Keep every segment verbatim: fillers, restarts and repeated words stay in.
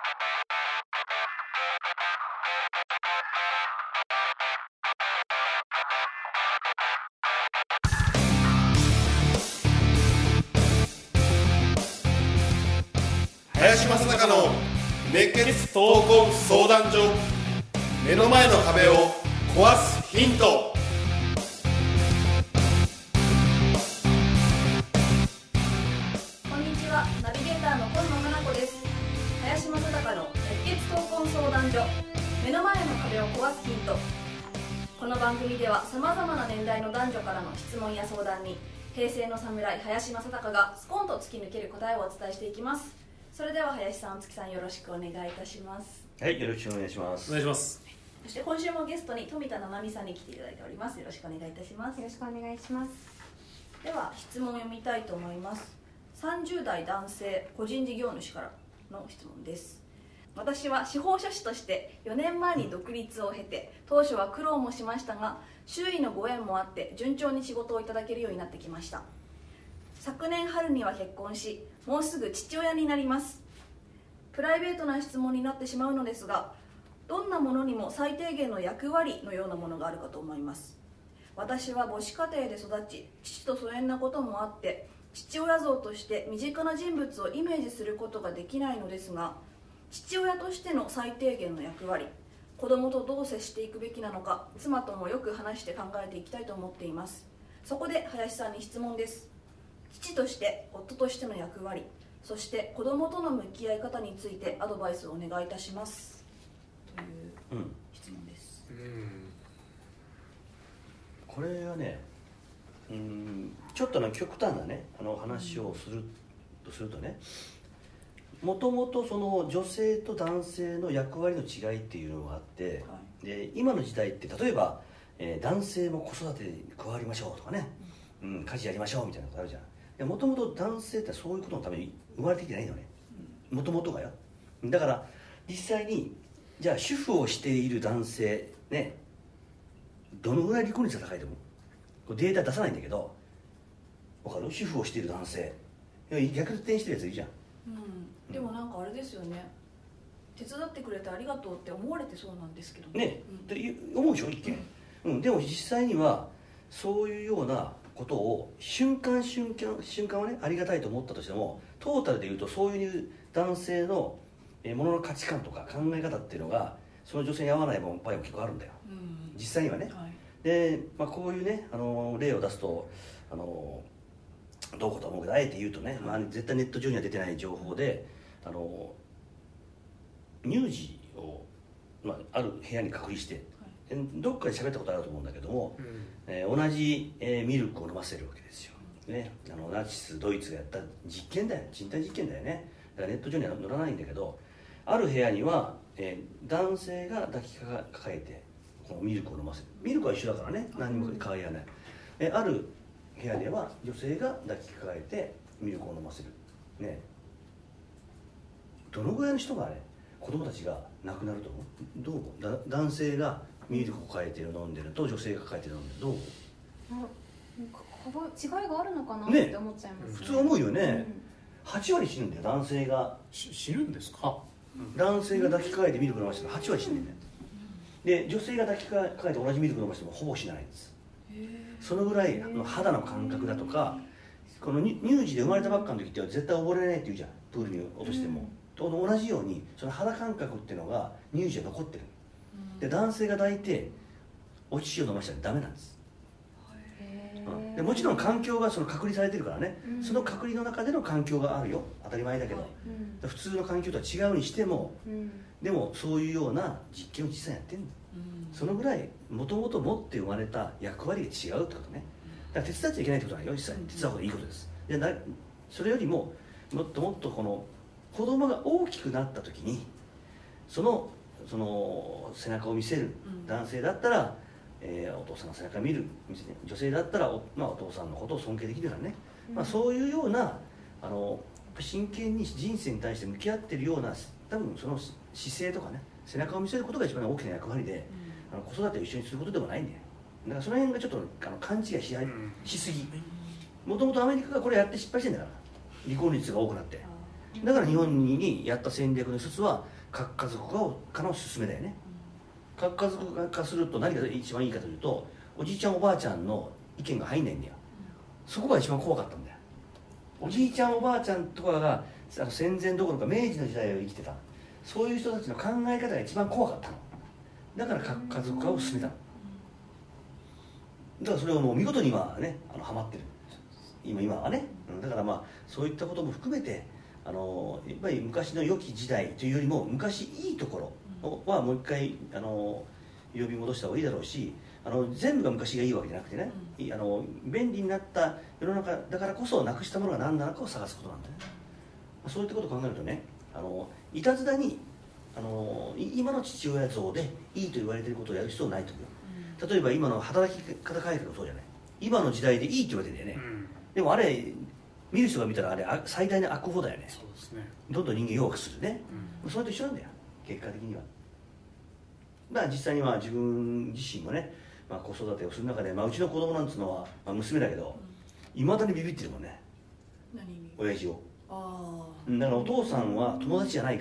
林正孝の熱血闘魂相談所。目の前の壁を壊すヒント。 こんにちは、ナビゲーターの今野花子です。林正孝の熱血闘魂相談所、目の前の壁を壊すヒント。この番組ではさまざまな年代の男女からの質問や相談に、平成の侍林正孝がスコンと突き抜ける答えをお伝えしていきます。それでは林さん、月さん、よろしくお願いいたします。 はい、よろしくお願いします。 お願いします。 そして今週もゲストに富田七海さんに来ていただいております。よろしくお願いいたします。 よろしくお願いします。 では質問を読みたいと思います。さんじゅう代男性個人事業主からの質問です。私は司法書士としてよねんまえに独立を経て、当初は苦労もしましたが、周囲のご縁もあって順調に仕事をいただけるようになってきました。昨年春には結婚し、もうすぐ父親になります。プライベートな質問になってしまうのですが、どんなものにも最低限の役割のようなものがあるかと思います。私は母子家庭で育ち、父と疎遠なこともあって、父親像として身近な人物をイメージすることができないのですが、父親としての最低限の役割、子供とどう接していくべきなのか、妻ともよく話して考えていきたいと思っています。そこで林さんに質問です。父として夫としての役割、そして子供との向き合い方についてアドバイスをお願いいたしますという質問です。 うん、 これはね、うん、ちょっとね極端なねあの話をするとするとね、もともとその女性と男性の役割の違いっていうのがあって、はい、で今の時代って例えば、えー、男性も子育てに加わりましょうとかね、うん、家事やりましょうみたいなことあるじゃん。もともと男性ってそういうことのために生まれてきてないのね、もともとがよ。だから実際にじゃあ主婦をしている男性ね、どのぐらい離婚率が高いと思う？データ出さないんだけど、分かる？主婦をしている男性逆転してるやついるじゃん、 うん、でもなんかあれですよね、手伝ってくれてありがとうって思われてそうなんですけどね、うん、で思うでしょ一見、うん、でも実際にはそういうようなことを瞬間瞬間瞬間はねありがたいと思ったとしても、トータルでいうとそういう男性のものの価値観とか考え方っていうのがその女性に合わない場合も結構あるんだよ、うん、実際にはね、はい、で、まあ、こういうねあの例を出すとあのどうかと思うけど、あえて言うとね、まあ、絶対ネット上には出てない情報であの乳児を、まあ、ある部屋に隔離して、はい、どっかで喋ったことあると思うんだけども、うん、えー、同じ、えー、ミルクを飲ませるわけですよ、ね、あのナチスドイツがやった実験だよ、人体実験だよね。だからネット上には載らないんだけど、ある部屋には、えー、男性が抱きかかえてこのミルクを飲ませる。ミルクは一緒だからね、何も変わりはない、えー、ある部屋では女性が抱きかかえてミルクを飲ませる、ね、どのぐらいの人がね子供たちが亡くなると思う？どう思う？だ男性がミルクを抱えて飲んでると女性が抱えて飲んでる、どう？ あ、違いがあるのかなって思っちゃいますね。 普通思うよね、うん、はち割死ぬんだよ男性が。 死ぬんですか？あ、 男性が抱きかえてミルク飲ませてもはち割死ぬんだよ、うん、で女性が抱きかえて同じミルク飲ませてもほぼ死なないんです。そのぐらい肌の感覚だとか、この乳児で生まれたばっかの時って絶対溺れないって言うじゃん、プールに落としても、うん、と同じようにその肌感覚っていうのが乳児は残ってる、うん、で男性が抱いてお乳を飲ませたらダメなんです、うん、でもちろん環境がその隔離されてるからね、うん、その隔離の中での環境があるよ、当たり前だけど、うん、普通の環境とは違うにしても、うん、でもそういうような実験を実際やってるの、うん、そのぐらいもともと持って生まれた役割が違うってことね。だから手伝っちゃいけないってことはないよ、実際に手伝うことはいいことです。でなそれよりももっともっとこの子供が大きくなった時にそのその背中を見せる男性だったら、うん、えー、お父さんの背中を見る、女性だったら お,、まあ、お父さんのことを尊敬できるようなね、うん、まあ、そういうようなあの真剣に人生に対して向き合っているような多分その姿勢とかね背中を見せることが一番大きな役割で、うん、あの子育てを一緒にすることでもないんだよ。だからその辺がちょっとあの勘違いし, しすぎ。もともとアメリカがこれやって失敗してんだから、離婚率が多くなって、 だから日本にやった戦略の一つは核家族化の進めだよね。核家族化すると何が一番いいかというと、おじいちゃんおばあちゃんの意見が入んないんだよ。そこが一番怖かったんだよ。おじいちゃんおばあちゃんとかがあの戦前どころか明治の時代を生きてた、そういう人たちの考え方が一番怖かったの。だから核家族化を進めたの。だからそれをもう見事に今はね、あのハマってる今今はね。だからまあそういったことも含めて、あのやっぱり昔の良き時代というよりも昔いいところはもう一回あの呼び戻した方がいいだろうし、あの全部が昔がいいわけじゃなくてね、うん、あの便利になった世の中だからこそなくしたものが何なのかを探すことなんだよね。そういったことを考えるとね、あのいたずらにあの今の父親像でいいと言われていることをやる必要はないと思うよ、うん、例えば今の働き方改革もそうじゃない。今の時代でいいって言われてるんだよね、うん、でもあれ見る人が見たらあれ最大の悪法だよね。そうですね。どんどん人間弱くするね、うん、それと一緒なんだよ結果的には。まあ実際にまあ自分自身もね、まあ、子育てをする中で、まあ、うちの子供なんつうのは、まあ、娘だけどいま、うん、だにビビってるもんね。何に？親父を。ああ。だからお父さんは友達じゃないから、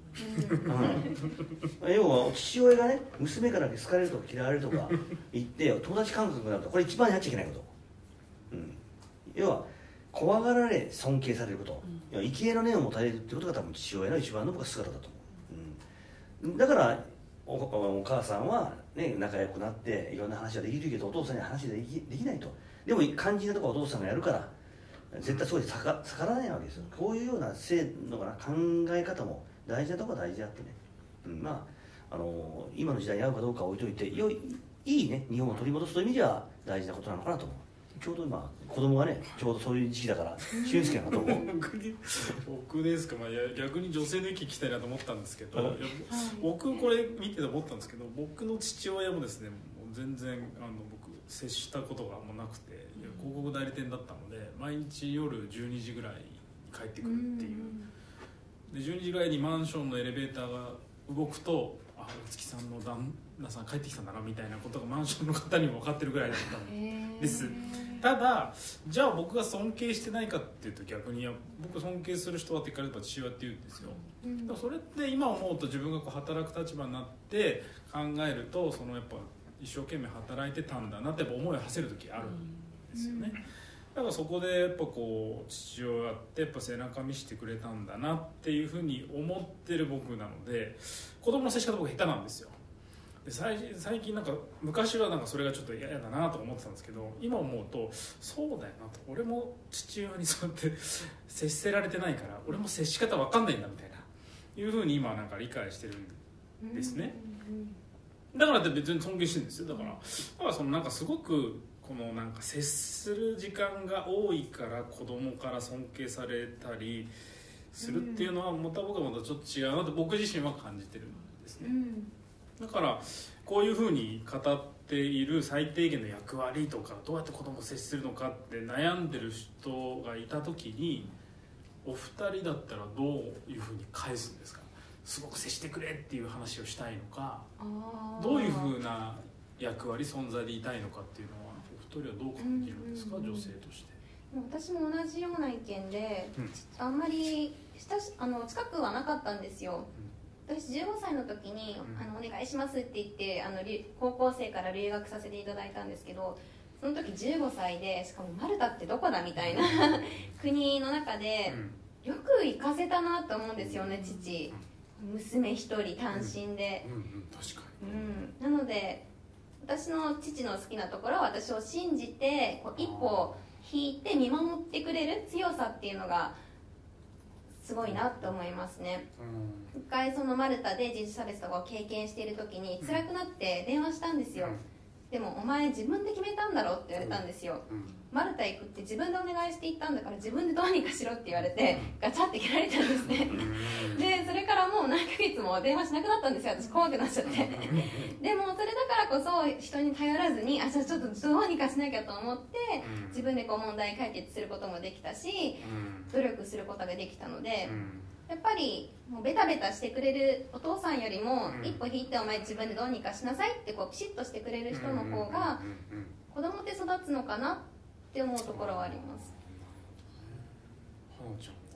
うんうん、要は父親がね娘から好かれるとか嫌われるとか言って友達感覚になるとこれ一番やっちゃいけないこと、うん、要は怖がられ尊敬されること、うん、生きの念を持たれるってことが多分父親の一番の僕は姿だと思う、うん、だからお, お母さんは、ね、仲良くなっていろんな話ができるけどお父さんには話で き, できないと。でも肝心なところはお父さんがやるから絶対そこで逆らわないわけですよ。こういうような性のかな考え方も大事なところは大事であってね、うん、まあ、あのー、今の時代に合うかどうかは置いといてよいいいね日本を取り戻すという意味では大事なことなのかなと思う。ちょうど今子供がねちょうどそういう時期だから俊介なと思う僕ですか、まあ、逆に女性の意見聞きたいなと思ったんですけど、僕これ見てて思ったんですけど、僕の父親もですねもう全然あの僕接したことがもうなくて、広告代理店だったので毎日夜じゅうにじぐらいに帰ってくるっていう、でじゅうにじぐらいにマンションのエレベーターが動くと、あ、大月さんの旦那さん帰ってきたんだなみたいなことがマンションの方にも分かってるぐらいだったんです。ただじゃあ僕が尊敬してないかっていうと逆に僕尊敬する人はって聞かれれば父親って言うんですよ、うん、だからそれって今思うと自分がこう働く立場になって考えるとそのやっぱ一生懸命働いてたんだなってやっぱ思いを馳せる時あるんですよね、うん、だからそこでやっぱこう父親ってやっぱ背中見せてくれたんだなっていうふうに思ってる僕なので、子供の接し方僕下手なんですよ。で 最, 最近なんか昔はなんかそれがちょっと嫌だなと思ってたんですけど、今思うとそうだよなと、俺も父親にそうやって接せられてないから俺も接し方わかんないんだみたいないうふうに今なんか理解してるんですね。だからって別に尊敬してるんですよ。だからだからそのなんかすごくこのなんか接する時間が多いから子供から尊敬されたりするっていうのはまた僕はまたちょっと違うなと僕自身は感じてるんですね。だからこういうふうに語っている最低限の役割とかどうやって子供を接するのかって悩んでる人がいた時にお二人だったらどういうふうに返すんですか？すごく接してくれっていう話をしたいのか、どういうふうな役割存在でいたいのかっていうのはお二人はどう感じるんですか、うんうんうん、女性として。 私も同じような意見で、うん、あんまり親しあの近くはなかったんですよ、うん、私じゅうごさいの時に、うん、あのお願いしますって言ってあの高校生から留学させていただいたんですけど、その時じゅうごさいでしかもマルタってどこだみたいな国の中で、うん、よく行かせたなと思うんですよね、父、娘一人単身で、うんうんうん、確かに、うん、なので私の父の好きなところは私を信じてこう一歩引いて見守ってくれる強さっていうのがすごいなって思いますね、うん、一回そのマルタで人種差別とかを経験している時に辛くなって電話したんですよ、うん、でもお前自分で決めたんだろって言われたんですよ、うん、マルタ行くって自分でお願いして行ったんだから自分でどうにかしろって言われてガチャって切られたんですねでそれからもう何ヶ月も電話しなくなったんですよ、私怖くなっちゃってでもそれだからこそ人に頼らずにあじゃあちょっとどうにかしなきゃと思って自分でこう問題解決することもできたし努力することができたので、やっぱりもうベタベタしてくれるお父さんよりも一歩引いてお前自分でどうにかしなさいってこうピシッとしてくれる人の方が子供って育つのかなって思うところはあります。 はなちゃんは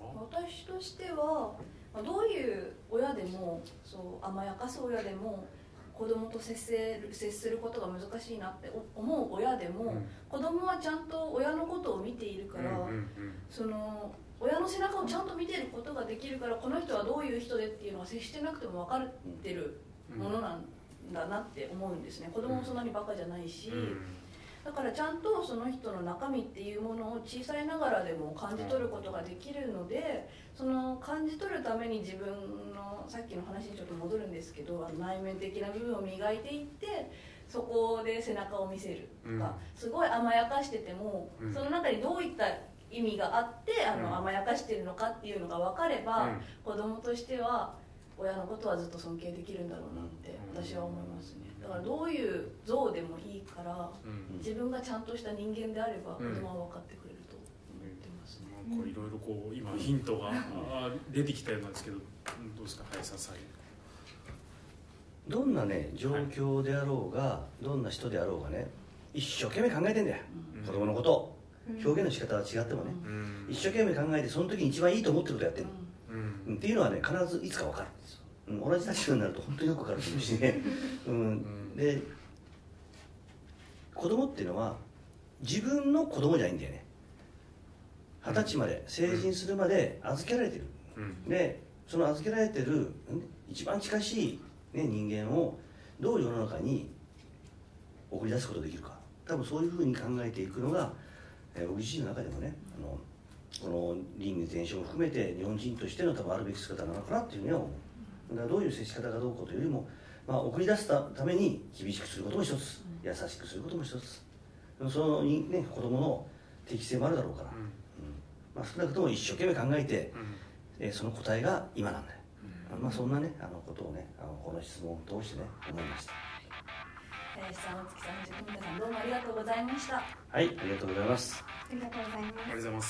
私としてはどういう親でもそう甘やかす親でも子供と接せる接することが難しいなって思う親でも、うん、子供はちゃんと親のことを見ているから、うんうんうん、その親の背中をちゃんと見ていることができるから、この人はどういう人でっていうのは接してなくても分かってるものなんだなって思うんですね。子供もそんなにバカじゃないし、うん、だからちゃんとその人の中身っていうものを小さいながらでも感じ取ることができるので、その感じ取るために自分のさっきの話にちょっと戻るんですけど、内面的な部分を磨いていってそこで背中を見せるとか、うん、すごい甘やかしてても、うん、その中にどういった意味があってあの、うん、甘やかしてるのかっていうのが分かれば、うん、子供としては親のことはずっと尊敬できるんだろうなって私は思いますね。だからどういう像でもいいから、うん、自分がちゃんとした人間であれば子供は分かってくれると思ってますね。 なんかいろいろこう今ヒントが出てきたようなんですけど、どうですか林さん。 どんなね状況であろうが、はい、どんな人であろうがね、一生懸命考えてんだよ、うん、子供のことを、うん、表現の仕方は違ってもね、うん、一生懸命考えてその時に一番いいと思ってることやってる、うん、っていうのはね必ずいつか分かるんですよ。同じ立場になると本当によく分かると思うしね、うん、で子供っていうのは自分の子供じゃないんだよね。二十歳まで成人するまで預けられてる、うん、でその預けられてる一番近しい、ね、人間をどう世の中に送り出すことができるか、多分そういうふうに考えていくのが、えー、僕自身の中でもね、あのこの輪廻転生も含めて日本人としての多分あるべき姿なのかなっていうふうには思う。だからどういう接し方がどうかというよりも、まあ、送り出すために厳しくすることも一つ、優しくすることも一つ、そのに、ね、子供の適性もあるだろうから、うんうん、まあ、少なくとも一生懸命考えて、うん、えー、その答えが今なんだよ、うん、まあ、そんなねあのことをねあのこの質問を通してね思いました。 林さん、大月さん、藤田さん、どうもありがとうございました。 はい、ありがとうございます。 ありがとうございます。 ありがとうございます。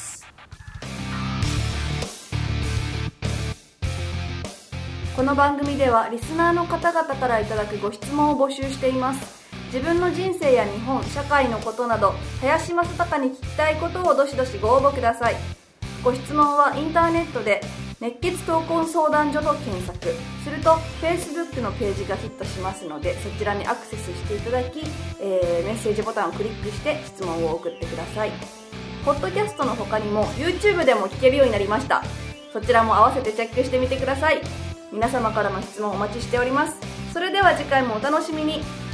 この番組ではリスナーの方々からいただくご質問を募集しています。自分の人生や日本、社会のことなど林正孝に聞きたいことをどしどしご応募ください。ご質問はインターネットで熱血闘魂相談所と検索すると Facebook のページがヒットしますので、そちらにアクセスしていただき、えー、メッセージボタンをクリックして質問を送ってください。ポッドキャストの他にも YouTube でも聞けるようになりました。そちらも合わせてチェックしてみてください。皆様からの質問お待ちしております。それでは次回もお楽しみに。